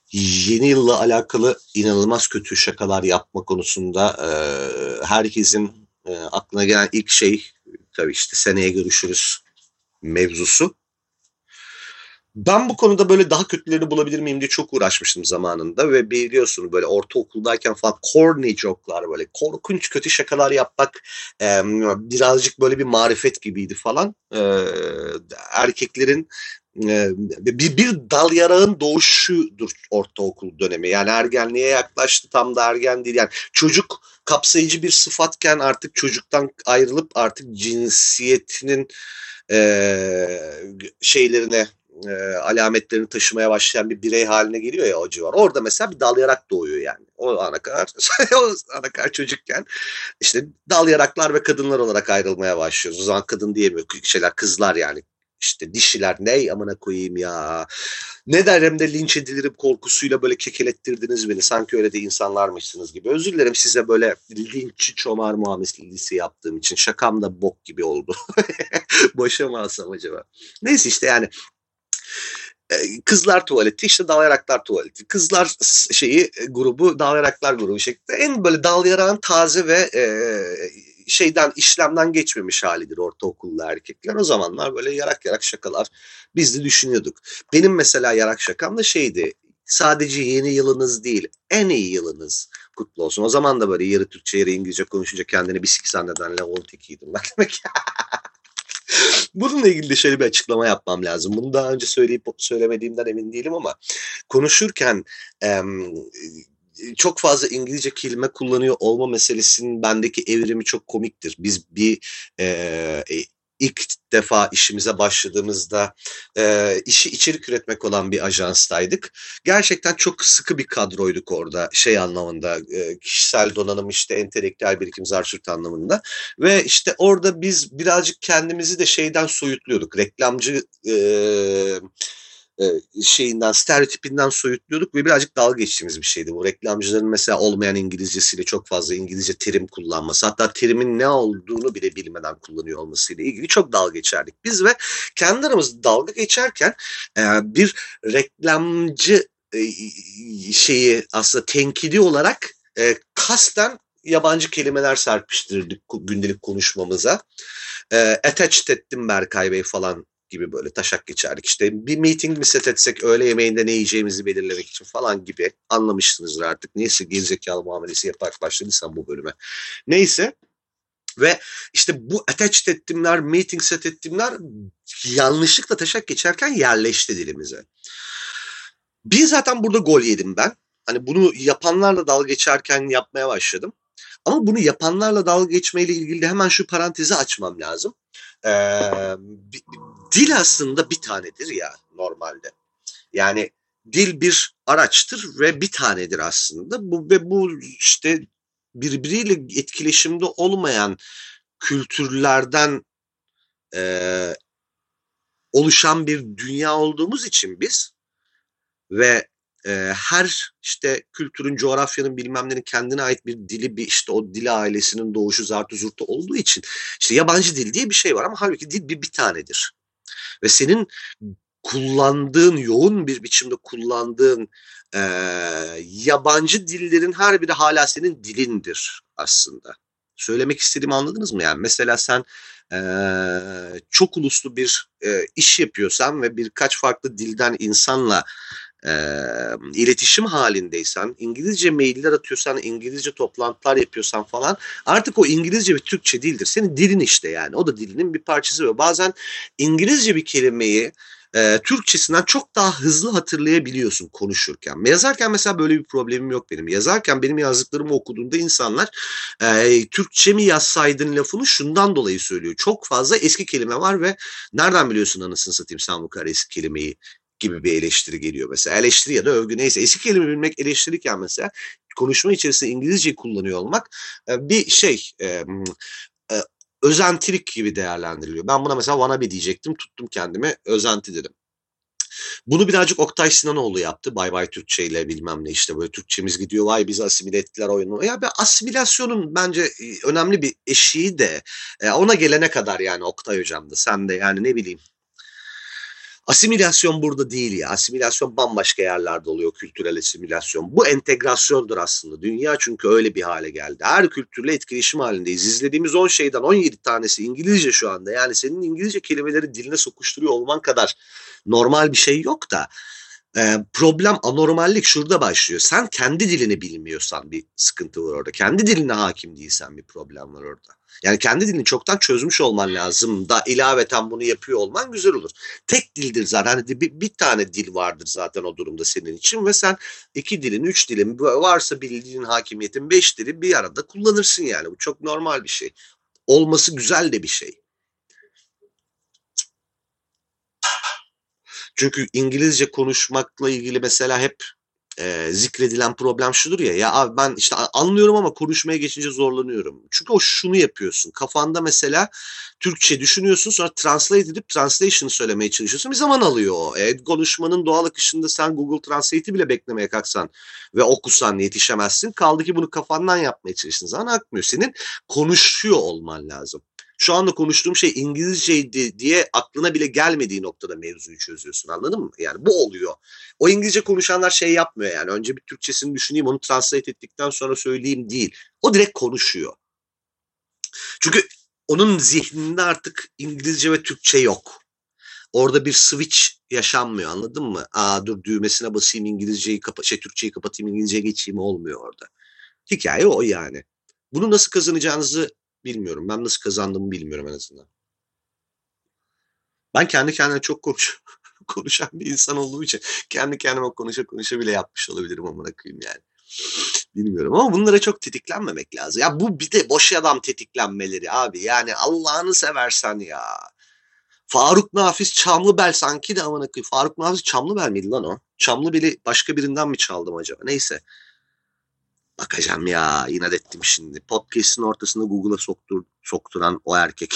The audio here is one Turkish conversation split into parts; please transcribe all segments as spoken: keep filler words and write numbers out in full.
Yeni yılla alakalı inanılmaz kötü şakalar yapma konusunda e, herkesin e, aklına gelen ilk şey tabii işte seneye görüşürüz mevzusu. Ben bu konuda böyle daha kötülerini bulabilir miyim diye çok uğraşmıştım zamanında ve biliyorsun böyle ortaokuldayken falan corny joke'lar böyle korkunç kötü şakalar yapmak e, birazcık böyle bir marifet gibiydi falan. E, erkeklerin e, bir, bir dal yarağın doğuşudur ortaokul dönemi. Yani ergenliğe yaklaştı, tam da ergen değil. Yani çocuk kapsayıcı bir sıfatken artık çocuktan ayrılıp artık cinsiyetinin e, şeylerine e, alametlerini taşımaya başlayan bir birey haline geliyor ya o civar. Orada mesela bir dal yarak doğuyor yani. O ana kadar o ana kadar çocukken işte dal yaraklar ve kadınlar olarak ayrılmaya başlıyoruz. O zaman kadın diyemiyor şeyler, kızlar yani. İşte dişiler, ney amına koyayım ya. Ne derim de linç edilirim korkusuyla böyle kekelettirdiniz beni. Sanki öyle de insanlarmışsınız gibi. Özür dilerim size böyle linççi çomar muamelesi yaptığım için. Şakam da bok gibi oldu. Boşa mı alsam acaba? Neyse işte yani e, kızlar tuvaleti, işte dağlayaraklar tuvaleti. Kızlar şeyi e, grubu, dağlayaraklar grubu şeklinde. En böyle dağlayaran taze ve e, şeyden, işlemden geçmemiş halidir ortaokulda erkekler. O zamanlar böyle yarak yarak şakalar biz de düşünüyorduk. Benim mesela yarak şakam da şeydi. Sadece yeni yılınız değil, en iyi yılınız kutlu olsun. O zaman da böyle yarı Türkçe yarı İngilizce konuşunca kendini bisik zanneden Levon tekiydim. Ben demek bununla ilgili de şöyle bir açıklama yapmam lazım. Bunu daha önce söyleyip söylemediğimden emin değilim ama konuşurken em, çok fazla İngilizce kelime kullanıyor olma meselesinin bendeki evrimi çok komiktir. Biz bir e, ilk defa işimize başladığımızda e, işi içerik üretmek olan bir ajanstaydık. Gerçekten çok sıkı bir kadroyduk orada şey anlamında e, kişisel donanım işte entelektüel birikim zar anlamında. Ve işte orada biz birazcık kendimizi de şeyden soyutluyorduk. Reklamcı e, e, şeyinden, stereotipinden soyutluyorduk ve birazcık dalga geçtiğimiz bir şeydi. Bu reklamcıların mesela olmayan İngilizcesiyle çok fazla İngilizce terim kullanması, hatta terimin ne olduğunu bile bilmeden kullanıyor olmasıyla ilgili çok dalga geçerdik biz ve kendi aramızda dalga geçerken e, bir reklamcı e, şeyi aslında tenkidi olarak e, kasten yabancı kelimeler serpiştirdik gündelik konuşmamıza. E, attached ettim Berkay Bey falan gibi böyle taşak geçerdik. İşte bir meeting mi set etsek öğle yemeğinde ne yiyeceğimizi belirlemek için falan gibi anlamışsınızdır artık. Neyse gerizekalı muamelesi yaparak başladıysam bu bölüme. Neyse ve işte bu attached ettimler, meeting set ettimler yanlışlıkla taşak geçerken yerleşti dilimize. Bir zaten burada gol yedim ben. Hani bunu yapanlarla dalga geçerken yapmaya başladım. Ama bunu yapanlarla dalga geçmeyle ilgili de hemen şu parantezi açmam lazım. Ee, dil aslında bir tanedir ya normalde. Yani dil bir araçtır ve bir tanedir aslında. Bu ve bu işte birbiriyle etkileşimde olmayan kültürlerden e, oluşan bir dünya olduğumuz için biz ve e, her işte kültürün, coğrafyanın bilmem nenin kendine ait bir dili, bir işte o dil ailesinin doğuşu zartı zurtu olduğu için işte yabancı dil diye bir şey var ama halbuki dil bir, bir tanedir. Ve senin kullandığın, yoğun bir biçimde kullandığın e, yabancı dillerin her biri hala senin dilindir aslında. Söylemek istediğimi anladınız mı? Yani mesela sen e, çok uluslu bir e, iş yapıyorsan ve birkaç farklı dilden insanla e, iletişim halindeysen, İngilizce mailler atıyorsan, İngilizce toplantılar yapıyorsan falan artık o İngilizce ve Türkçe değildir. Senin dilin işte yani. O da dilinin bir parçası ve bazen İngilizce bir kelimeyi e, Türkçesinden çok daha hızlı hatırlayabiliyorsun konuşurken. Yazarken mesela böyle bir problemim yok benim. Yazarken benim yazdıklarımı okuduğunda insanlar e, Türkçe mi yazsaydın lafını şundan dolayı söylüyor. Çok fazla eski kelime var ve nereden biliyorsun anasını satayım sen bu kadar eski kelimeyi gibi bir eleştiri geliyor mesela. Eleştiri ya da övgü neyse. Eski kelime bilmek eleştirirken mesela konuşma içerisinde İngilizceyi kullanıyor olmak e, bir şey e, e, özentilik gibi değerlendiriliyor. Ben buna mesela wannabe diyecektim. Tuttum kendimi özenti dedim. Bunu birazcık Oktay Sinanoğlu yaptı. Bay Bay Türkçe ile bilmem ne işte böyle Türkçemiz gidiyor. Vay bizi asimile ettiler oyunu. Ya bir asimilasyonun bence önemli bir eşiği de ona gelene kadar yani Oktay hocam da sen de yani ne bileyim Asimilasyon burada değil ya. Asimilasyon bambaşka yerlerde oluyor, kültürel asimilasyon. Bu entegrasyondur aslında. Dünya çünkü öyle bir hale geldi. Her kültürle etkileşim halindeyiz. İzlediğimiz on şeyden on yedi tanesi İngilizce şu anda. Yani senin İngilizce kelimeleri diline sokuşturuyor olman kadar normal bir şey yok da. Ee, problem anormallik şurada başlıyor. Sen kendi dilini bilmiyorsan bir sıkıntı var orada. Kendi diline hakim değilsen bir problem var orada. Yani kendi dilini çoktan çözmüş olman lazım da ilaveten bunu yapıyor olman güzel olur. Tek dildir zaten. Hani bir, bir tane dil vardır zaten o durumda senin için ve sen iki dilin, üç dilin varsa bildiğin hakimiyetin beş dili bir arada kullanırsın yani. Bu çok normal bir şey. Olması güzel de bir şey. Çünkü İngilizce konuşmakla ilgili mesela hep e, zikredilen problem şudur ya. Ya abi ben işte anlıyorum ama konuşmaya geçince zorlanıyorum. Çünkü o şunu yapıyorsun. Kafanda mesela Türkçe düşünüyorsun, sonra translate edip translation söylemeye çalışıyorsun. Bir zaman alıyor o. E, konuşmanın doğal akışında sen Google Translate'i bile beklemeye kalksan ve okusan yetişemezsin. Kaldı ki bunu kafandan yapmaya çalıştığın zaman akmıyor. Senin konuşuyor olman lazım. Şu anda konuştuğum şey İngilizceydi diye aklına bile gelmediği noktada mevzuyu çözüyorsun, anladın mı? Yani bu oluyor. O İngilizce konuşanlar şey yapmıyor yani. Önce bir Türkçesini düşüneyim, onu translate ettikten sonra söyleyeyim değil. O direkt konuşuyor. Çünkü onun zihninde artık İngilizce ve Türkçe yok. Orada bir switch yaşanmıyor, anladın mı? Aa dur düğmesine basayım, İngilizceyi kapa şey Türkçeyi kapatayım, İngilizceye geçeyim, olmuyor orada. Hikaye o yani. Bunu nasıl kazanacağınızı bilmiyorum. Ben nasıl kazandığımı bilmiyorum en azından. Ben kendi kendime çok konuş konuşan bir insan olduğum için kendi kendime konuşa konuşa bile yapmış olabilirim, amına koyayım yani. Bilmiyorum ama bunlara çok tetiklenmemek lazım. Ya bu bir de boş adam tetiklenmeleri abi. Yani Allah'ını seversen ya. Faruk Nafiz Çamlıbel sanki de, amına koyayım. Faruk Nafiz Çamlıbel miydi lan o? Çamlıbel'i başka birinden mi çaldım acaba? Neyse. Bakacağım ya, inat ettim şimdi. Podcast'in ortasında Google'a soktur, sokturan o erkek.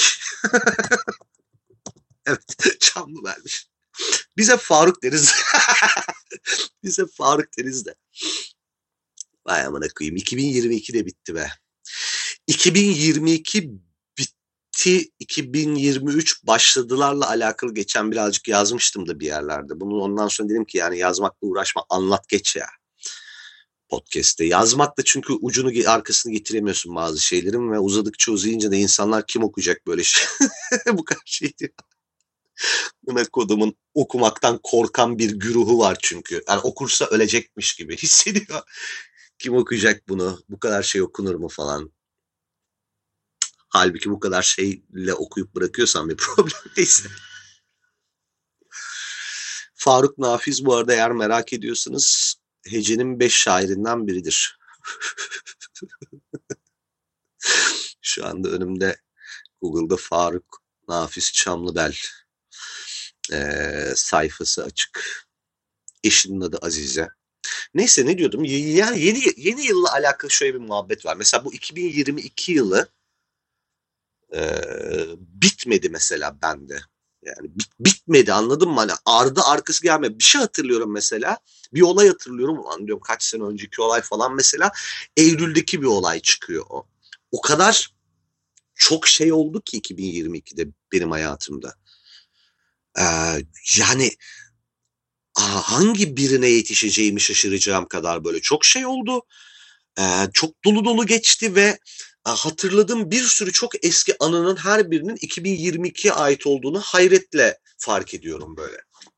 Evet, Çamlıbel'miş. Biz hep Faruk deriz. Biz hep Faruk deriz de. Vay amına koyayım. iki bin yirmi iki de bitti be. iki bin yirmi iki bitti. iki bin yirmi üç başladılarla alakalı geçen birazcık yazmıştım da bir yerlerde. Bunu ondan sonra dedim ki yani yazmakla uğraşma, anlat geç ya. Podcast'te. Yazmakla çünkü ucunu arkasını getiremiyorsun bazı şeylerin ve uzadıkça uzayınca da insanlar kim okuyacak böyle şey. Bu kadar şey diyor. Buna kodumun okumaktan korkan bir güruhu var çünkü. Yani okursa ölecekmiş gibi hissediyor. Kim okuyacak bunu? Bu kadar şey okunur mu falan. Halbuki bu kadar şeyle okuyup bırakıyorsan bir problem değilse. Faruk Nafiz bu arada eğer merak ediyorsanız Hece'nin beş şairinden biridir. Şu anda önümde Google'da Faruk Nafiz Çamlıbel e, sayfası açık. Eşinin adı Azize. Neyse ne diyordum? Yani yeni yeni yılla alakalı şöyle bir muhabbet var. Mesela bu iki bin yirmi iki yılı e, bitmedi mesela bende. Yani bit, bitmedi, anladın mı? Hani ardı arkası gelmedi. Bir şey hatırlıyorum mesela. Bir olay hatırlıyorum. Ulan diyorum kaç sene önceki olay falan mesela. Eylül'deki bir olay çıkıyor o. O kadar çok şey oldu ki iki bin yirmi ikide benim hayatımda. Ee, yani hangi birine yetişeceğimi şaşıracağım kadar böyle çok şey oldu. Ee, çok dolu dolu geçti ve hatırladığım bir sürü çok eski anının her birinin iki bin yirmi ikiye ait olduğunu hayretle fark ediyorum böyle.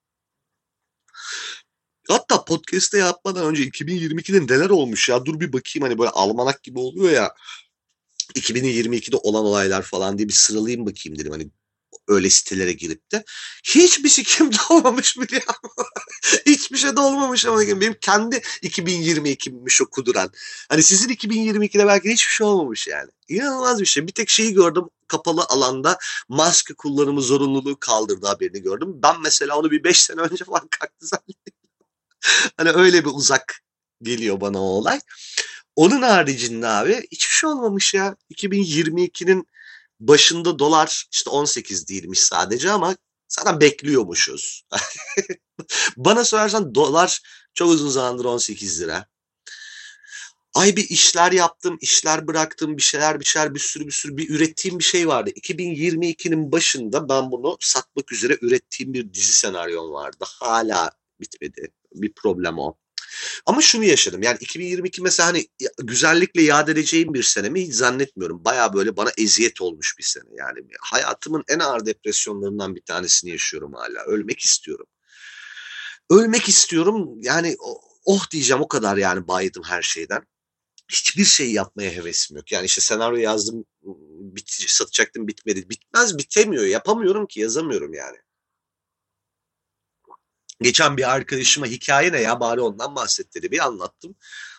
Hatta podcast'te yapmadan önce iki bin yirmi ikide neler olmuş ya, dur bir bakayım, hani böyle almanak gibi oluyor ya. iki bin yirmi ikide olan olaylar falan diye bir sıralayayım bakayım dedim, hani öyle sitelere girip de. Hiçbir sikim de olmamış biliyor musun? Hiçbir şey de olmamış ama benim kendi iki bin yirmi ikiymiş o kuduran. Hani sizin iki bin yirmi ikide belki hiçbir şey olmamış yani. İnanılmaz bir şey. Bir tek şeyi gördüm. Kapalı alanda maske kullanımı zorunluluğu kaldırdı haberini gördüm. Ben mesela onu bir beş sene önce falan kalktı zannettim. Hani öyle bir uzak geliyor bana o olay. Onun haricinde abi hiçbir şey olmamış ya. iki bin yirmi ikinin başında dolar işte on sekiz değilmiş sadece ama zaten bekliyormuşuz. Bana sorarsan dolar çok uzun zamandır on sekiz lira. Ay bir işler yaptım, işler bıraktım, bir şeyler bir şeyler bir sürü bir sürü bir ürettiğim bir şey vardı. iki bin yirmi ikinin başında ben bunu satmak üzere ürettiğim bir dizi senaryom vardı. Hala bitmedi. Bir problem o. Ama şunu yaşadım. Yani iki bin yirmi iki mesela hani güzellikle yad edeceğim bir sene mi hiç zannetmiyorum. Baya böyle bana eziyet olmuş bir sene. Yani hayatımın en ağır depresyonlarından bir tanesini yaşıyorum hala. Ölmek istiyorum. Ölmek istiyorum. Yani oh diyeceğim o kadar yani baydım her şeyden. Hiçbir şey yapmaya hevesim yok. Yani işte senaryo yazdım, bit satacaktım bitmedi. Bitmez bitemiyor. Yapamıyorum ki yazamıyorum yani. Geçen bir arkadaşıma hikaye ne ya bari ondan bahset dedi. Bir anlattım.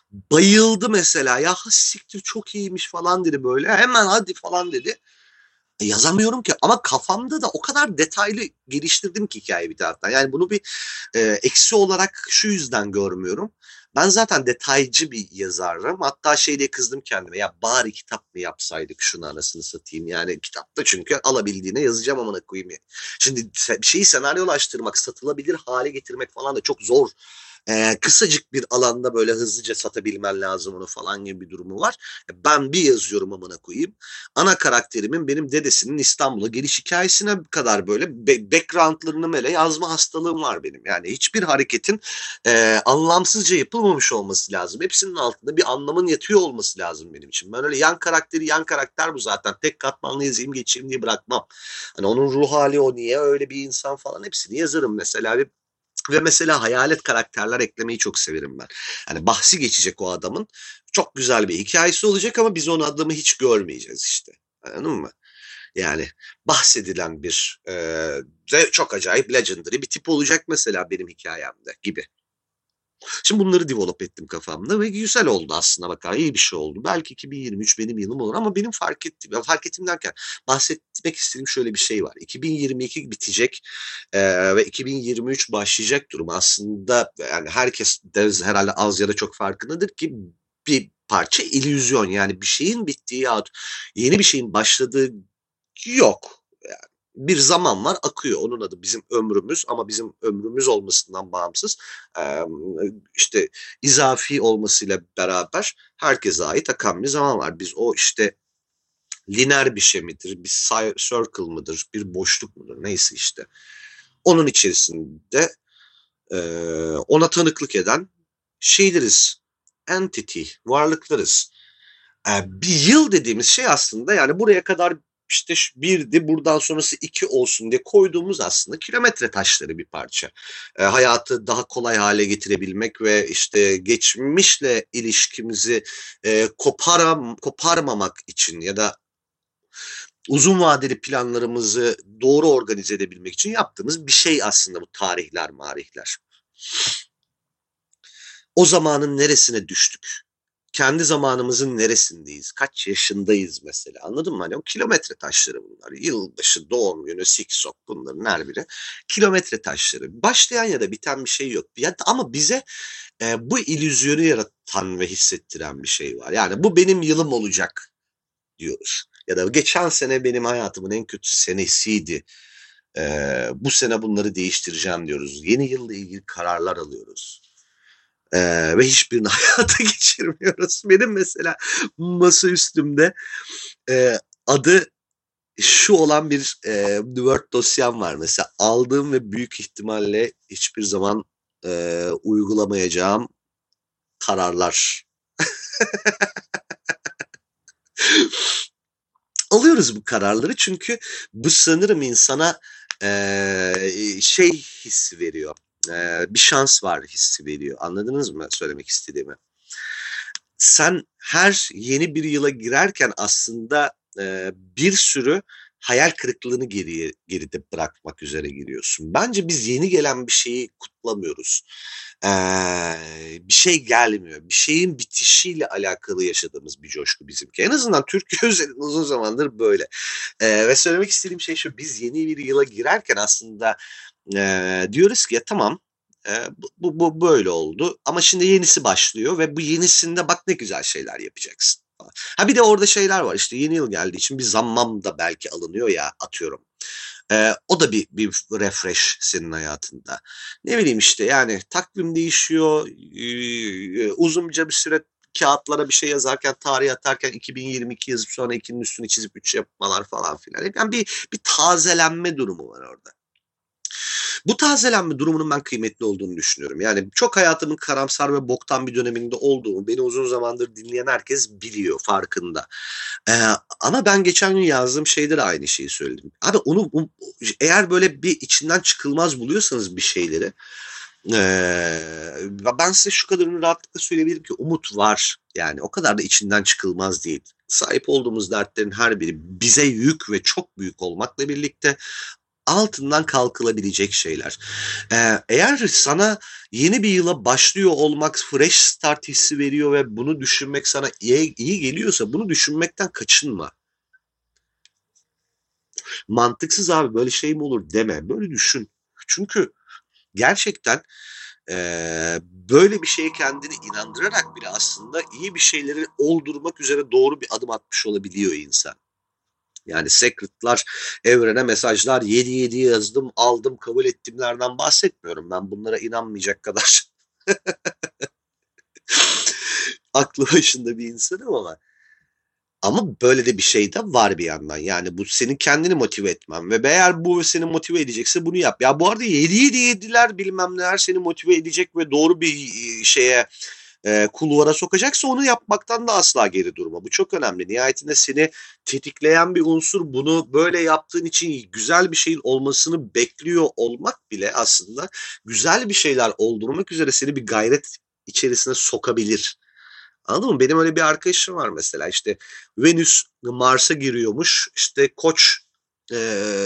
Bayıldı mesela. Ya siktir çok iyiymiş falan dedi böyle. Hemen hadi falan dedi. E, yazamıyorum ki ama kafamda da o kadar detaylı geliştirdim ki hikayeyi bir taraftan. Yani bunu bir e, eksi olarak şu yüzden görmüyorum. Ben zaten detaycı bir yazarım. Hatta şey diye kızdım kendime. Ya bari kitap mı yapsaydık şunu anasını satayım. Yani kitapta çünkü alabildiğine yazacağım amına koyayım. Şimdi bir şeyi senaryolaştırmak, satılabilir hale getirmek falan da çok zor. Ee, kısacık bir alanda böyle hızlıca satabilmen lazım onu falan gibi bir durumu var. Ben bir yazıyorum amına koyayım. Ana karakterimin benim dedesinin İstanbul'a geliş hikayesine kadar böyle be- backgroundlarını böyle yazma hastalığım var benim. Yani hiçbir hareketin e, anlamsızca yapılmamış olması lazım. Hepsinin altında bir anlamın yatıyor olması lazım benim için. Ben öyle yan karakteri yan karakter bu zaten. Tek katmanlı yazayım geçeyim diye bırakmam. Hani onun ruh hali o niye öyle bir insan falan hepsini yazarım mesela. Ve ve mesela hayalet karakterler eklemeyi çok severim ben. Hani bahsi geçecek o adamın. Çok güzel bir hikayesi olacak ama biz onun adamı hiç görmeyeceğiz işte. Anladın mı? Yani bahsedilen bir e, ve çok acayip legendary bir tip olacak mesela benim hikayemde gibi. Şimdi bunları develop ettim kafamda ve güzel oldu aslında bakar iyi bir şey oldu. Belki iki bin yirmi üç benim yılım olur ama benim fark ettiğim, fark ettiğim derken bahsetmek istediğim şöyle bir şey var. iki bin yirmi iki bitecek e, ve iki bin yirmi üç başlayacak durum aslında yani herkes de herhalde az ya da çok farkındadır ki bir parça illüzyon yani bir şeyin bittiği ya yeni bir şeyin başladığı yok. Yani bir zaman var akıyor. Onun adı bizim ömrümüz ama bizim ömrümüz olmasından bağımsız e, işte izafi olmasıyla beraber herkese ait akan bir zaman var. Biz o işte lineer bir şey midir, bir circle mıdır, bir boşluk mudur neyse işte. Onun içerisinde e, ona tanıklık eden şeyleriz, entity, varlıklarız. E, bir yıl dediğimiz şey aslında yani buraya kadar işte birdi buradan sonrası iki olsun diye koyduğumuz aslında kilometre taşları bir parça. E, hayatı daha kolay hale getirebilmek ve işte geçmişle ilişkimizi e, koparam, koparmamak için ya da uzun vadeli planlarımızı doğru organize edebilmek için yaptığımız bir şey aslında bu tarihler marihler. O zamanın neresine düştük? Kendi zamanımızın neresindeyiz? Kaç yaşındayız mesela? Anladın mı? Hani o kilometre taşları bunlar. Yılbaşı, doğum günü, siksok bunların her biri. Kilometre taşları. Başlayan ya da biten bir şey yok. Ya, ama bize e, bu illüzyonu yaratan ve hissettiren bir şey var. Yani bu benim yılım olacak diyoruz. Ya da geçen sene benim hayatımın en kötü senesiydi. Ee, bu sene bunları değiştireceğim diyoruz. Yeni yılla ilgili kararlar alıyoruz. Ee, ve hiçbirini hayata geçirmiyoruz. Benim mesela masa üstümde e, adı şu olan bir e, Word dosyam var. Mesela aldığım ve büyük ihtimalle hiçbir zaman e, uygulamayacağım kararlar. Alıyoruz bu kararları çünkü bu sanırım insana e, şey hissi veriyor. E, bir şans var hissi veriyor. Anladınız mı söylemek istediğimi? Sen her yeni bir yıla girerken aslında e, bir sürü hayal kırıklığını geriye geride bırakmak üzere giriyorsun. Bence biz yeni gelen bir şeyi kutlamıyoruz. Ee, bir şey gelmiyor. Bir şeyin bitişiyle alakalı yaşadığımız bir coşku bizimki. En azından Türkiye özelinde uzun zamandır böyle. Ee, ve söylemek istediğim şey şu. Biz yeni bir yıla girerken aslında e, diyoruz ki ya tamam e, bu, bu, bu böyle oldu ama şimdi yenisi başlıyor ve bu yenisinde bak ne güzel şeyler yapacaksın. Ha bir de orada şeyler var işte yeni yıl geldiği için bir zammam da belki alınıyor ya atıyorum. Ee, o da bir, bir refresh senin hayatında. Ne bileyim işte yani takvim değişiyor, e, uzunca bir süre kağıtlara bir şey yazarken, tarih atarken iki bin yirmi iki yazıp sonra ikinin üstünü çizip üç yapmalar falan filan. Yani bir, bir tazelenme durumu var orada. Bu tazelenme durumunun ben kıymetli olduğunu düşünüyorum. Yani çok hayatımın karamsar ve boktan bir döneminde olduğumu beni uzun zamandır dinleyen herkes biliyor, farkında. Ee, Ama ben geçen gün yazdığım şeyde de aynı şeyi söyledim. Abi onu eğer böyle bir içinden çıkılmaz buluyorsanız bir şeyleri, ee, ben size şu kadarını rahatlıkla söyleyebilirim ki umut var. Yani o kadar da içinden çıkılmaz değil. Sahip olduğumuz dertlerin her biri bize yük ve çok büyük olmakla birlikte altından kalkılabilecek şeyler. Ee, eğer sana yeni bir yıla başlıyor olmak fresh start hissi veriyor ve bunu düşünmek sana iyi, iyi geliyorsa bunu düşünmekten kaçınma. Mantıksız abi böyle şey mi olur deme. Böyle düşün. Çünkü gerçekten eee, böyle bir şeye kendini inandırarak bile aslında iyi bir şeyleri oldurmak üzere doğru bir adım atmış olabiliyor insan. Yani secret'lar, evrene mesajlar, yedi yedi yazdım, aldım, kabul ettimlerden bahsetmiyorum. Ben bunlara inanmayacak kadar aklı başında bir insanım ama ama böyle de bir şey de var bir yandan. Yani bu senin kendini motive etmen ve eğer bu seni motive edecekse bunu yap. Ya bu arada yedi yedi yediler bilmem neler seni motive edecek ve doğru bir e, şeye e, kulvara sokacaksa onu yapmaktan da asla geri durma. Bu çok önemli. Nihayetinde seni tetikleyen bir unsur bunu böyle yaptığın için güzel bir şeyin olmasını bekliyor olmak bile aslında güzel bir şeyler oldurmak üzere seni bir gayret içerisine sokabilir. Anladın mı? Benim öyle bir arkadaşım var mesela işte Venüs Mars'a giriyormuş işte Koç e,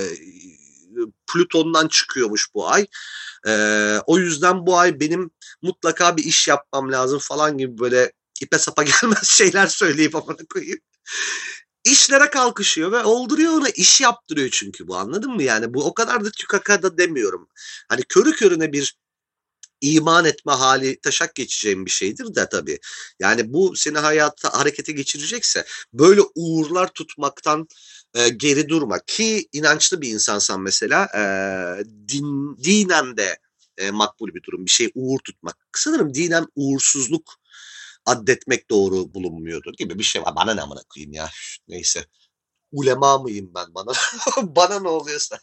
Plüton'dan çıkıyormuş bu ay. E, O yüzden bu ay benim mutlaka bir iş yapmam lazım falan gibi böyle ipe sapa gelmez şeyler söyleyip amına koyayım. İşlere kalkışıyor ve olduruyor ona iş yaptırıyor çünkü bu anladın mı? Yani bu o kadar da tükaka da demiyorum. Hani körü körüne bir iman etme hali taşak geçeceğim bir şeydir de tabii. Yani bu seni hayatta harekete geçirecekse böyle uğurlar tutmaktan e, geri durma. Ki inançlı bir insansan mesela e, din, dinen de e, makbul bir durum. Bir şey uğur tutmak. Sanırım dinen uğursuzluk addetmek doğru bulunmuyordu gibi bir şey var. Bana ne amına koyayım ya. Neyse. Ulema mıyım ben bana? Bana ne oluyorsa.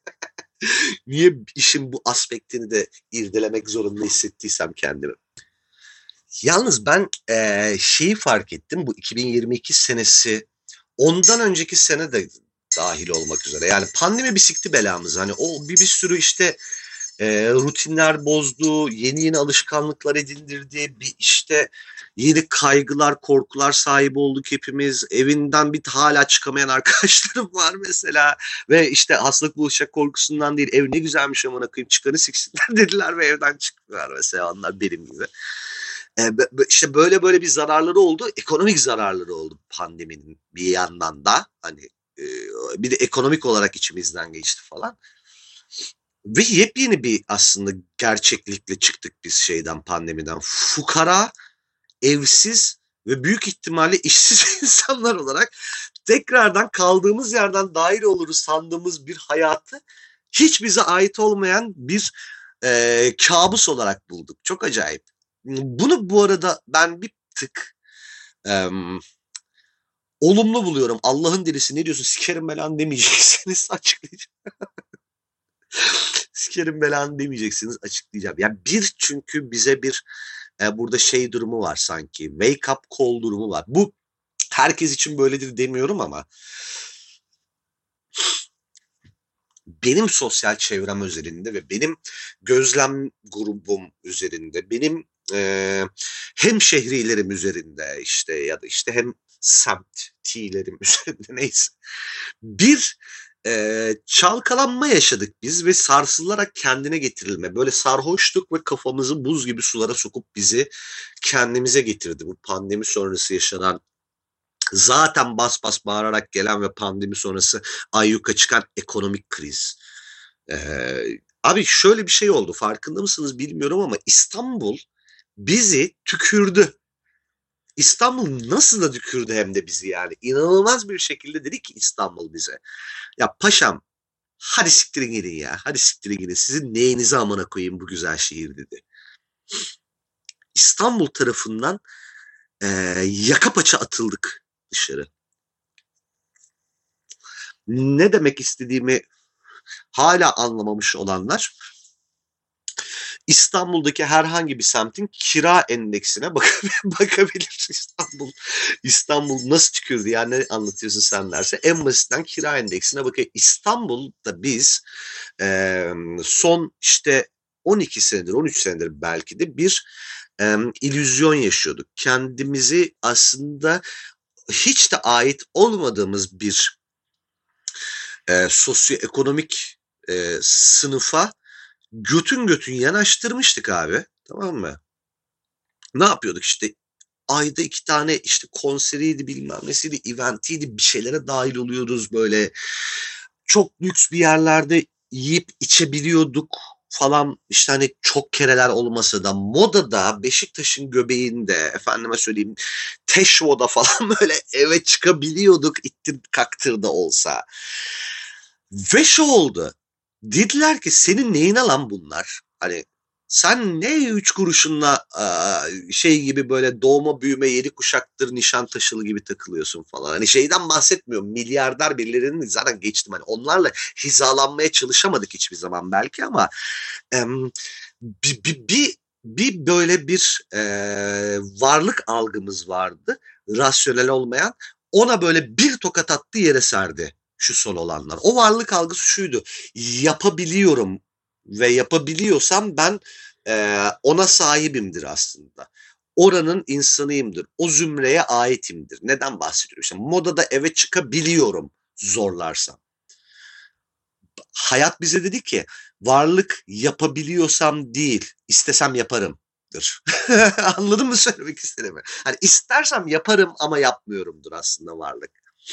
Niye işin bu aspektini de irdelemek zorunda hissettiysem kendimi. Yalnız ben eee, şeyi fark ettim bu iki bin yirmi iki senesi ondan önceki sene de dahil olmak üzere. Yani pandemi bir sikti belamız. Hani o bir, bir sürü işte e, rutinler bozdu, yeni yeni alışkanlıklar edindirdi, bir işte yeni kaygılar, korkular sahibi olduk hepimiz. Evinden bir hala çıkamayan arkadaşlarım var mesela ve işte hastalık bulaşacak korkusundan değil, ev ne güzelmiş amına koyayım çıkanı siksinler dediler ve evden çıktılar mesela onlar benim gibi. E, işte böyle böyle bir zararları oldu, ekonomik zararları oldu pandeminin bir yandan da hani e, bir de ekonomik olarak içimizden geçti falan. Ve yepyeni bir aslında gerçeklikle çıktık biz şeyden pandemiden. Fukara, evsiz ve büyük ihtimalle işsiz insanlar olarak tekrardan kaldığımız yerden dair oluruz sandığımız bir hayatı hiç bize ait olmayan bir e, kabus olarak bulduk. Çok acayip. Bunu bu arada ben bir tık e, olumlu buluyorum. Allah'ın delisi ne diyorsun? Sikerim belanı demeyeceksiniz açıklayacağım. Sikerim belanı demeyeceksiniz açıklayacağım. Yani bir çünkü bize bir e, burada şey durumu var sanki. Wake up call durumu var. Bu herkes için böyledir demiyorum ama benim sosyal çevrem üzerinde ve benim gözlem grubum üzerinde, benim e, hem şehrilerim üzerinde işte ya da işte hem semtçilerim üzerinde neyse bir e, çalkalanma yaşadık biz ve sarsılarak kendine getirilme. Böyle sarhoşluk ve kafamızı buz gibi sulara sokup bizi kendimize getirdi. Bu pandemi sonrası yaşanan zaten bas bas bağırarak gelen ve pandemi sonrası ayyuka çıkan ekonomik kriz. Ee, Abi şöyle bir şey oldu farkında mısınız bilmiyorum ama İstanbul bizi tükürdü. İstanbul nasıl da tükürdü hem de bizi yani. İnanılmaz bir şekilde dedi ki İstanbul bize. Ya paşam hadi siktirin gidin ya. Hadi siktirin gidin. Sizin neyinize amına koyayım bu güzel şehir dedi. İstanbul tarafından e, yaka paça atıldık dışarı. Ne demek istediğimi hala anlamamış olanlar, İstanbul'daki herhangi bir semtin kira endeksine bak bakabilir. İstanbul İstanbul nasıl çıkıyordu yani, ne anlatıyorsun sen derse en basitten kira endeksine bakıyor. İstanbul'da biz e, son işte on iki senedir, on üç senedir belki de bir e, illüzyon yaşıyorduk. Kendimizi aslında hiç de ait olmadığımız bir e, sosyoekonomik e, sınıfa götün götün yanaştırmıştık abi. Tamam mı? Ne yapıyorduk işte, ayda iki tane işte konseriydi, bilmem nesiydi, eventiydi, bir şeylere dahil oluyoruz böyle. Çok lüks bir yerlerde yiyip içebiliyorduk falan, işte hani çok kereler olmasa da modada Beşiktaş'ın göbeğinde, efendime söyleyeyim Teşvo'da falan böyle eve çıkabiliyorduk, ittir kaktır da olsa. Ve şu oldu. Dediler ki senin neyine lan bunlar? Hani sen ne üç kuruşunla aa, şey gibi böyle doğma büyüme yedi kuşaktır Nişantaşılı gibi takılıyorsun falan. Hani şeyden bahsetmiyorum. Milyarder birilerinin zaten geçtim. Hani onlarla hizalanmaya çalışamadık hiçbir zaman belki ama em, bir, bir, bir, bir böyle bir e, varlık algımız vardı. Rasyonel olmayan. Ona böyle bir tokat attı, yere serdi şu son olanlar. O varlık algısı şuydu: yapabiliyorum ve yapabiliyorsam ben e, ona sahibimdir aslında. Oranın insanıyımdır. O zümreye aitimdir. Neden bahsediyorum? İşte modada eve çıkabiliyorum zorlarsam. Hayat bize dedi ki varlık yapabiliyorsam değil, istesem yaparımdır. Anladın mı söylemek istediğimi? Hani istersem yaparım ama yapmıyorumdur aslında varlık.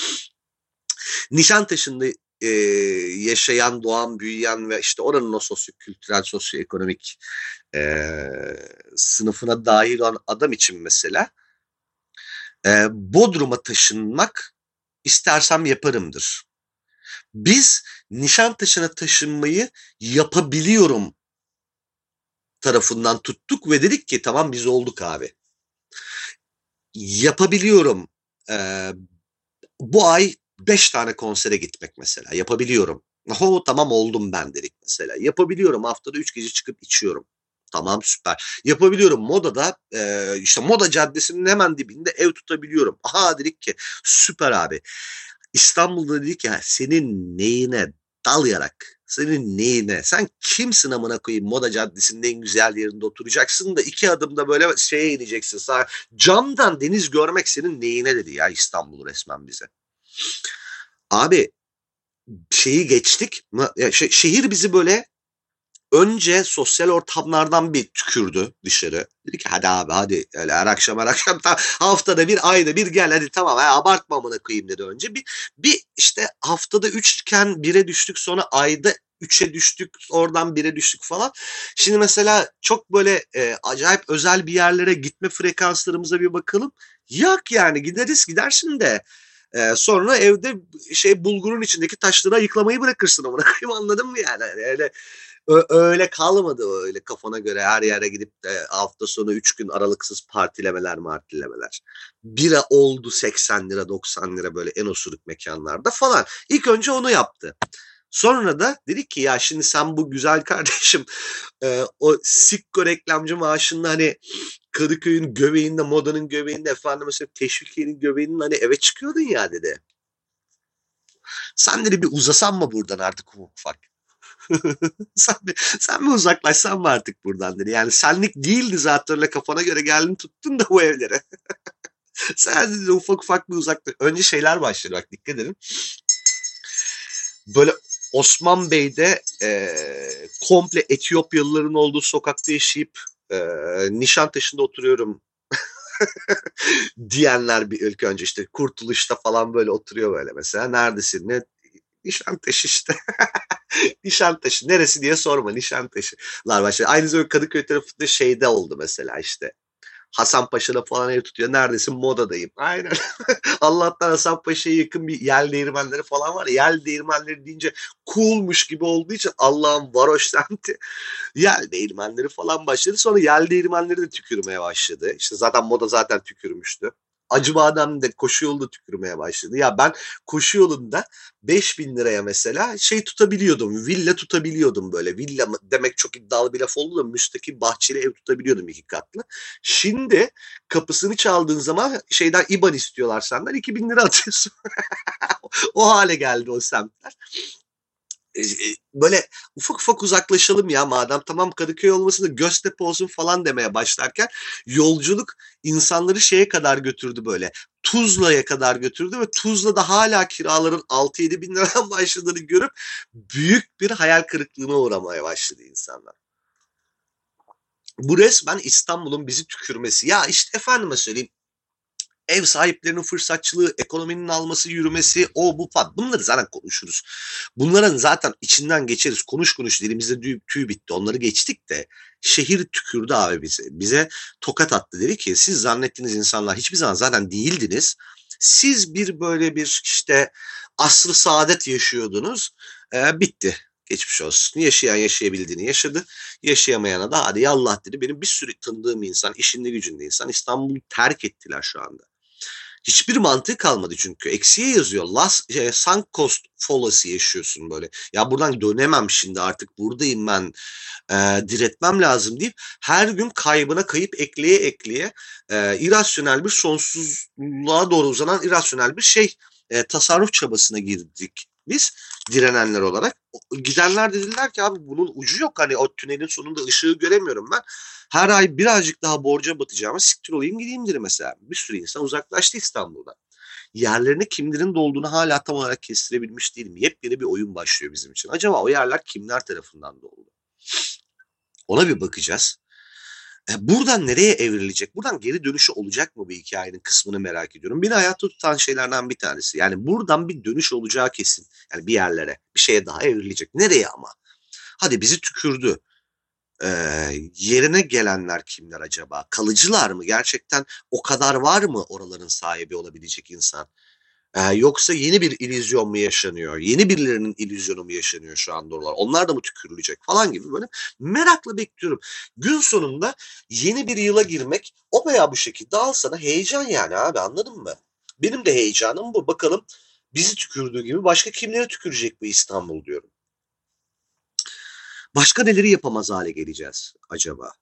Nişantaşı'nda e, yaşayan, doğan, büyüyen ve işte oranın o sosyo-kültürel, sosyoekonomik e, sınıfına dahil olan adam için mesela e, Bodrum'a taşınmak istersem yaparımdır. Biz Nişantaşı'na taşınmayı yapabiliyorum tarafından tuttuk ve dedik ki tamam, biz olduk abi. Yapabiliyorum. E, bu ay beş tane konsere gitmek mesela. Yapabiliyorum. Ho tamam, oldum ben dedik mesela. Yapabiliyorum, haftada üç gece çıkıp içiyorum. Tamam, süper. Yapabiliyorum modada e, işte Moda Caddesi'nin hemen dibinde ev tutabiliyorum. Aha dedik ki süper abi. İstanbul'da dedik ya, senin neyine dal yarak, senin neyine, sen kimsin amına koyayım, Moda Caddesi'nin en güzel yerinde oturacaksın da iki adımda böyle şeye ineceksin. Sağ, camdan deniz görmek senin neyine dedi ya İstanbul resmen bize. Abi şeyi geçtik. Şehir bizi böyle önce sosyal ortamlardan bir tükürdü dışarı. Dedi ki hadi abi hadi, öyle her akşam her akşam haftada bir, ayda bir gel hadi, tamam ha, abartma amına koyayım dedi önce. Bir, bir işte haftada üçken bire düştük, sonra ayda üçe düştük, oradan bire düştük falan. Şimdi mesela çok böyle e, acayip özel bir yerlere gitme frekanslarımıza bir bakalım. Yok yani, gideriz gidersin de ee, sonra evde şey bulgurun içindeki taşları ayıklamayı bırakırsın ama anladın mı yani? Yani öyle ö- öyle kalmadı, öyle kafana göre her yere gidip de hafta sonu üç gün aralıksız partilemeler martilemeler. Bira oldu seksen lira doksan lira böyle en osuruk mekanlarda falan. İlk önce onu yaptı. Sonra da dedik ki ya şimdi sen bu güzel kardeşim e, o Sikko reklamcı maaşınla hani Kadıköy'ün göbeğinde, modanın göbeğinde, efendim mesela Teşvikiye'nin göbeğinin hani eve çıkıyordun ya dedi. Sen dedi bir uzasan mı buradan artık ufak? sen, bir, sen mi uzaklaşsan mı artık buradan dedi. Yani senlik değildi zaten, öyle kafana göre geldin tuttun da bu evlere. Sen dedi ufak ufak bir uzaklaş. Önce şeyler başladı, bak dikkat edin. Böyle Osman Bey'de e, komple Etiyopyalıların olduğu sokakta yaşayıp e, Nişantaşı'nda oturuyorum diyenler bir ilk önce işte Kurtuluş'ta falan böyle oturuyor böyle mesela. Neredesin? Ne? Nişantaşı işte. Nişantaşı. Neresi diye sorma. Nişantaşı'lar başladı. Aynı zamanda Kadıköy tarafında şeyde oldu mesela işte. Hasanpaşa'da falan ev tutuyor. Neredesin? Modadayım. Aynen. Allah'tan Hasanpaşa'ya yakın bir yel değirmenleri falan var. Yel değirmenleri deyince coolmuş gibi olduğu için Allah'ın varoş semti. Yel değirmenleri falan başladı. Sonra yel değirmenleri de tükürmeye başladı. İşte zaten moda zaten tükürmüştü. Acıbadem de koşu yolunda tükürmeye başladı. Ya ben koşu yolunda beş bin liraya mesela şey tutabiliyordum. Villa tutabiliyordum böyle. Villa demek çok iddialı bir laf oldu da müstakil bahçeli ev tutabiliyordum iki katlı. Şimdi kapısını çaldığın zaman şeyden İban istiyorlar senden. iki bin lira atıyorsun. O hale geldi o semtler. Böyle ufak ufak uzaklaşalım ya madem tamam Kadıköy olmasın da Göztepe olsun falan demeye başlarken yolculuk insanları şeye kadar götürdü böyle. Tuzla'ya kadar götürdü ve Tuzla'da hala kiraların altı yedi bin liradan başladığını görüp büyük bir hayal kırıklığına uğramaya başladı insanlar. Bu resmen İstanbul'un bizi tükürmesi. Ya işte efendime söyleyeyim ev sahiplerinin fırsatçılığı, ekonominin alması, yürümesi, o bu falan. Bunları zaten konuşuruz. Bunların zaten içinden geçeriz. Konuş konuş dilimizde tüy, tüy bitti. Onları geçtik de şehir tükürdü abi bize. Bize tokat attı. Dedi ki siz zannettiğiniz insanlar hiçbir zaman zaten değildiniz. Siz bir böyle bir işte asr-ı saadet yaşıyordunuz. Ee, bitti. Geçmiş olsun. Yaşayan yaşayabildiğini yaşadı. Yaşayamayana da hadi yallah dedi. Benim bir sürü tanıdığım insan, işinde gücünde insan İstanbul'u terk ettiler şu anda. Hiçbir mantığı kalmadı çünkü. Eksiye yazıyor. Last, şey, sunk cost fallacy yaşıyorsun böyle. Ya buradan dönemem şimdi artık buradayım ben. E, diretmem lazım deyip her gün kaybına kayıp ekleye ekleye e, irrasyonel bir sonsuzluğa doğru uzanan irrasyonel bir şey e, tasarruf çabasına girdik biz direnenler olarak. Gidenler dediler ki abi bunun ucu yok hani o tünelin sonunda ışığı göremiyorum ben. Her ay birazcık daha borca batacağıma siktir olayım gideyim dedim mesela. Bir sürü insan uzaklaştı İstanbul'da. Yerlerine kimlerin dolduğunu hala tam olarak kestirebilmiş değilim. Yepyeni bir oyun başlıyor bizim için. Acaba o yerler kimler tarafından doldu? Ona bir bakacağız. E, buradan nereye evrilecek? Buradan geri dönüşü olacak mı bu hikayenin kısmını merak ediyorum. Beni hayatta tutan şeylerden bir tanesi. Yani buradan bir dönüş olacağı kesin. Yani bir yerlere, bir şeye daha evrilecek. Nereye ama? Hadi bizi tükürdü. Ee, yerine gelenler kimler acaba? Kalıcılar mı? Gerçekten o kadar var mı oraların sahibi olabilecek insan? Ee, yoksa yeni bir illüzyon mu yaşanıyor? Yeni birilerinin illüzyonu mu yaşanıyor şu anda oralar? Onlar da mı tükürülecek falan gibi böyle merakla bekliyorum. Gün sonunda yeni bir yıla girmek o veya bu şekilde al sana heyecan yani abi anladın mı? Benim de heyecanım bu. Bakalım bizi tükürdüğü gibi başka kimlere tükürecek bu İstanbul diyorum. Başka neleri yapamaz hale geleceğiz acaba?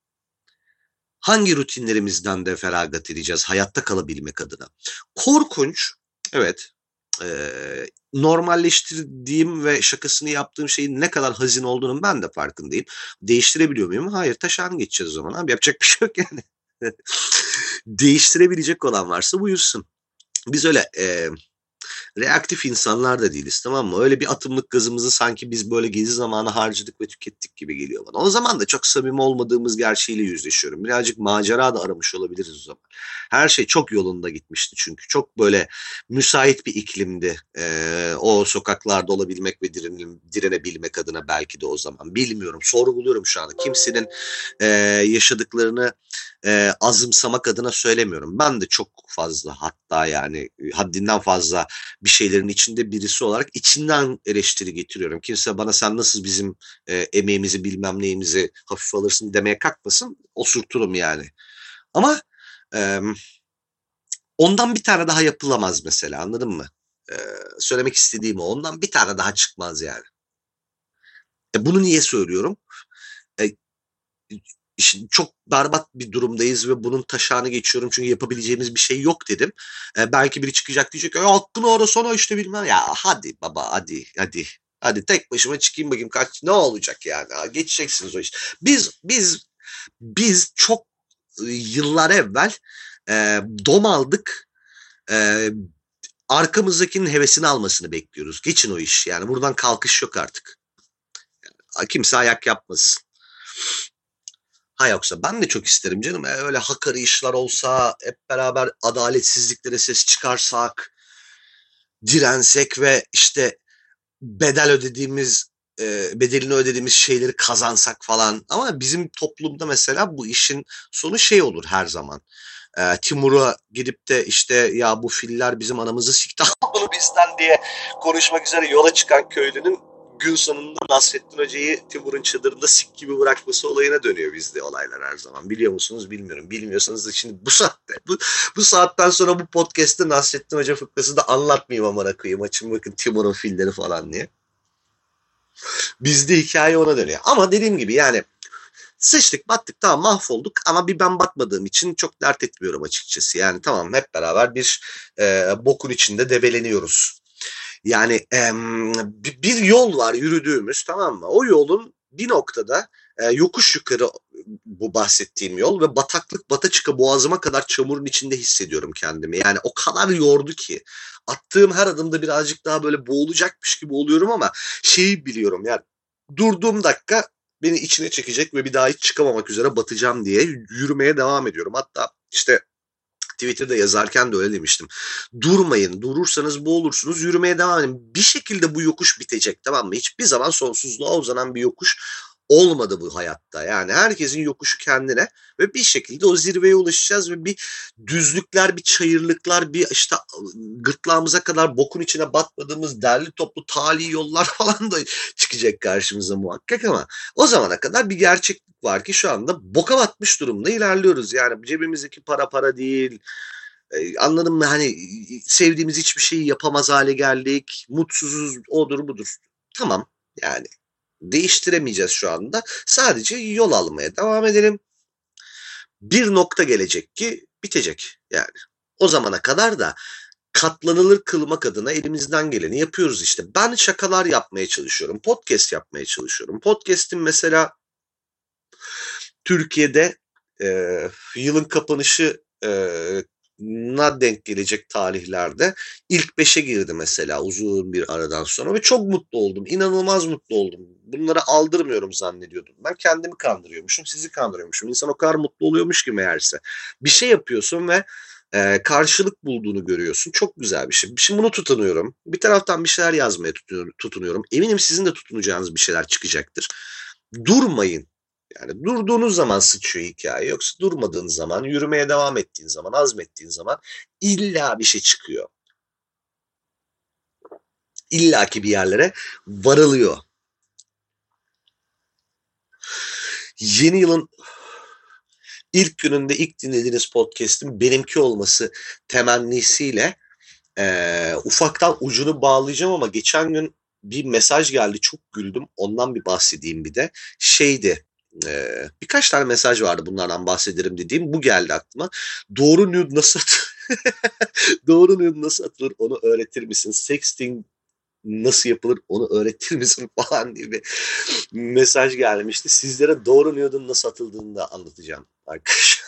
Hangi rutinlerimizden de feragat edeceğiz hayatta kalabilmek adına? Korkunç, evet. Ee, normalleştirdiğim ve şakasını yaptığım şeyin ne kadar hazin olduğunun ben de farkındayım. Değiştirebiliyor muyum? Hayır, taşan geçeceğiz o zaman. Abi yapacak bir şey yok yani. Değiştirebilecek olan varsa buyursun. Biz öyle e, reaktif insanlar da değiliz tamam mı? Öyle bir atımlık gazımızı sanki biz böyle gezi zamanı harcadık ve tükettik gibi geliyor bana. O zaman da çok samimi olmadığımız gerçeğiyle yüzleşiyorum. Birazcık macera da aramış olabiliriz o zaman. Her şey çok yolunda gitmişti çünkü. Çok böyle müsait bir iklimdi. Ee, o sokaklarda olabilmek ve direnim, direnebilmek adına belki de o zaman. Bilmiyorum. Sorguluyorum şu anda. Kimsenin e, yaşadıklarını e, azımsamak adına söylemiyorum. Ben de çok fazla hatta yani haddinden fazla bir şeylerin içinde birisi olarak içinden eleştiri getiriyorum. Kimse bana sen nasıl bizim e, emeğimizi bilmem neyimizi hafif alırsın demeye kalkmasın. Osurturum yani. Ama e, ondan bir tane daha yapılamaz mesela anladın mı? E, söylemek istediğim o. Ondan bir tane daha çıkmaz yani. E, bunu niye söylüyorum? E, Şimdi çok berbat bir durumdayız ve bunun taşağını geçiyorum çünkü yapabileceğimiz bir şey yok dedim. E, belki biri çıkacak diyecek ya hakkını arasana işte bilmem. Ya hadi baba hadi hadi. Hadi tek başıma çıkayım bakayım kaç ne olacak yani. Geçeceksiniz o iş. Biz biz biz çok e, yıllar evvel e, dom aldık. E, arkamızdakinin hevesini almasını bekliyoruz. Geçin o iş yani buradan kalkış yok artık. Kimse ayak yapmasın. Ha yoksa ben de çok isterim canım. E, öyle hak arayışlar olsa, hep beraber adaletsizliklere ses çıkarsak, dirensek ve işte bedel ödediğimiz e, bedelini ödediğimiz şeyleri kazansak falan. Ama bizim toplumda mesela bu işin sonu şey olur her zaman. E, Timur'a gidip de işte ya bu filler bizim anamızı sikti bunu bizden diye konuşmak üzere yola çıkan köylünün gün sonunda Nasrettin Hoca'yı Timur'un çadırında sik gibi bırakması olayına dönüyor bizde olaylar her zaman. Biliyor musunuz bilmiyorum. Bilmiyorsanız da şimdi bu saatte bu, bu saatten sonra bu podcast'te Nasrettin Hoca fıkrası da anlatmayayım amına koyayım. Açın bakın Timur'un filleri falan diye. Bizde hikaye ona dönüyor. Ama dediğim gibi yani sıçtık battık tamam mahvolduk ama bir ben batmadığım için çok dert etmiyorum açıkçası. Yani tamam hep beraber bir e, bokun içinde debeleniyoruz. Yani em, bir yol var yürüdüğümüz tamam mı? O yolun bir noktada e, yokuş yukarı bu bahsettiğim yol ve bataklık bata çıka boğazıma kadar çamurun içinde hissediyorum kendimi. Yani o kadar yordu ki attığım her adımda birazcık daha böyle boğulacakmış gibi oluyorum ama şeyi biliyorum yani durduğum dakika beni içine çekecek ve bir daha hiç çıkamamak üzere batacağım diye yürümeye devam ediyorum. Hatta işte Twitter'da yazarken de öyle demiştim. Durmayın. Durursanız boğulursunuz. Yürümeye devam edin. Bir şekilde bu yokuş bitecek tamam mı? Hiçbir zaman sonsuzluğa uzanan bir yokuş olmadı bu hayatta. Yani herkesin yokuşu kendine ve bir şekilde o zirveye ulaşacağız ve bir düzlükler, bir çayırlıklar, bir işte gırtlağımıza kadar bokun içine batmadığımız derli toplu tali yollar falan da çıkacak karşımıza muhakkak ama o zamana kadar bir gerçeklik var ki şu anda boka batmış durumda ilerliyoruz. Yani cebimizdeki para para değil. Ee, anladın mı? Hani sevdiğimiz hiçbir şeyi yapamaz hale geldik. Mutsuzuz, odur budur. Tamam yani değiştiremeyeceğiz şu anda. Sadece yol almaya devam edelim. Bir nokta gelecek ki bitecek yani. O zamana kadar da katlanılır kılmak adına elimizden geleni yapıyoruz işte. Ben şakalar yapmaya çalışıyorum. Podcast yapmaya çalışıyorum. Podcast'in mesela Türkiye'de e, yılın kapanışı e, na denk gelecek tarihlerde ilk beşe girdi mesela uzun bir aradan sonra ve çok mutlu oldum. İnanılmaz mutlu oldum. Bunları aldırmıyorum zannediyordum. Ben kendimi kandırıyormuşum, sizi kandırıyormuşum. İnsan o kadar mutlu oluyormuş ki meğerse. Bir şey yapıyorsun ve e, karşılık bulduğunu görüyorsun. Çok güzel bir şey. Şimdi bunu tutunuyorum. Bir taraftan bir şeyler yazmaya tutunuyorum. Eminim sizin de tutunacağınız bir şeyler çıkacaktır. Durmayın. Yani durduğunuz zaman sıçıyor hikaye. Yoksa durmadığın zaman, yürümeye devam ettiğin zaman, azmettiğin zaman illa bir şey çıkıyor. İlla ki bir yerlere varılıyor. Yeni yılın ilk gününde ilk dinlediğiniz podcast'in benimki olması temennisiyle e, ufaktan ucunu bağlayacağım ama geçen gün bir mesaj geldi. Çok güldüm. Ondan bir bahsedeyim bir de. Şeydi. Ee, birkaç tane mesaj vardı bunlardan bahsederim dediğim. Bu geldi aklıma. Doğru nude nasıl atılır? Doğru nude nasıl atılır onu öğretir misin? Sexting nasıl yapılır onu öğretir misin falan diye bir mesaj gelmişti. Sizlere doğru nude'un nasıl atıldığını da anlatacağım arkadaşlar.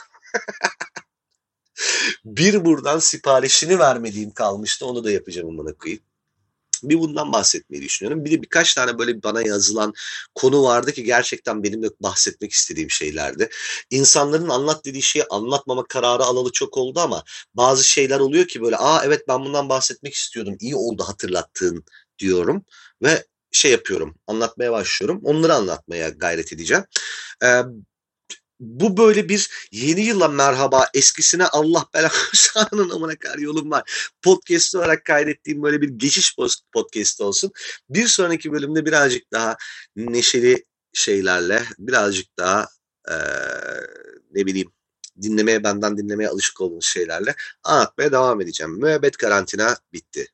Bir buradan siparişini vermediğim kalmıştı. Onu da yapacağım amına koyayım. Bir bundan bahsetmeyi düşünüyorum. Bir de birkaç tane böyle bana yazılan konu vardı ki gerçekten benim de bahsetmek istediğim şeylerdi. İnsanların anlat dediği şeyi anlatmama kararı alalı çok oldu ama bazı şeyler oluyor ki böyle aa evet ben bundan bahsetmek istiyordum. İyi oldu hatırlattığın diyorum ve şey yapıyorum. Anlatmaya başlıyorum. Onları anlatmaya gayret edeceğim. Ee, Bu böyle bir yeni yıla merhaba eskisine Allah belanın amına kar yolum var. Podcast olarak kaydettiğim böyle bir geçiş podcast olsun. Bir sonraki bölümde birazcık daha neşeli şeylerle birazcık daha ee, ne bileyim dinlemeye benden dinlemeye alışık olduğunuz şeylerle anlatmaya devam edeceğim. Müebbet karantina bitti.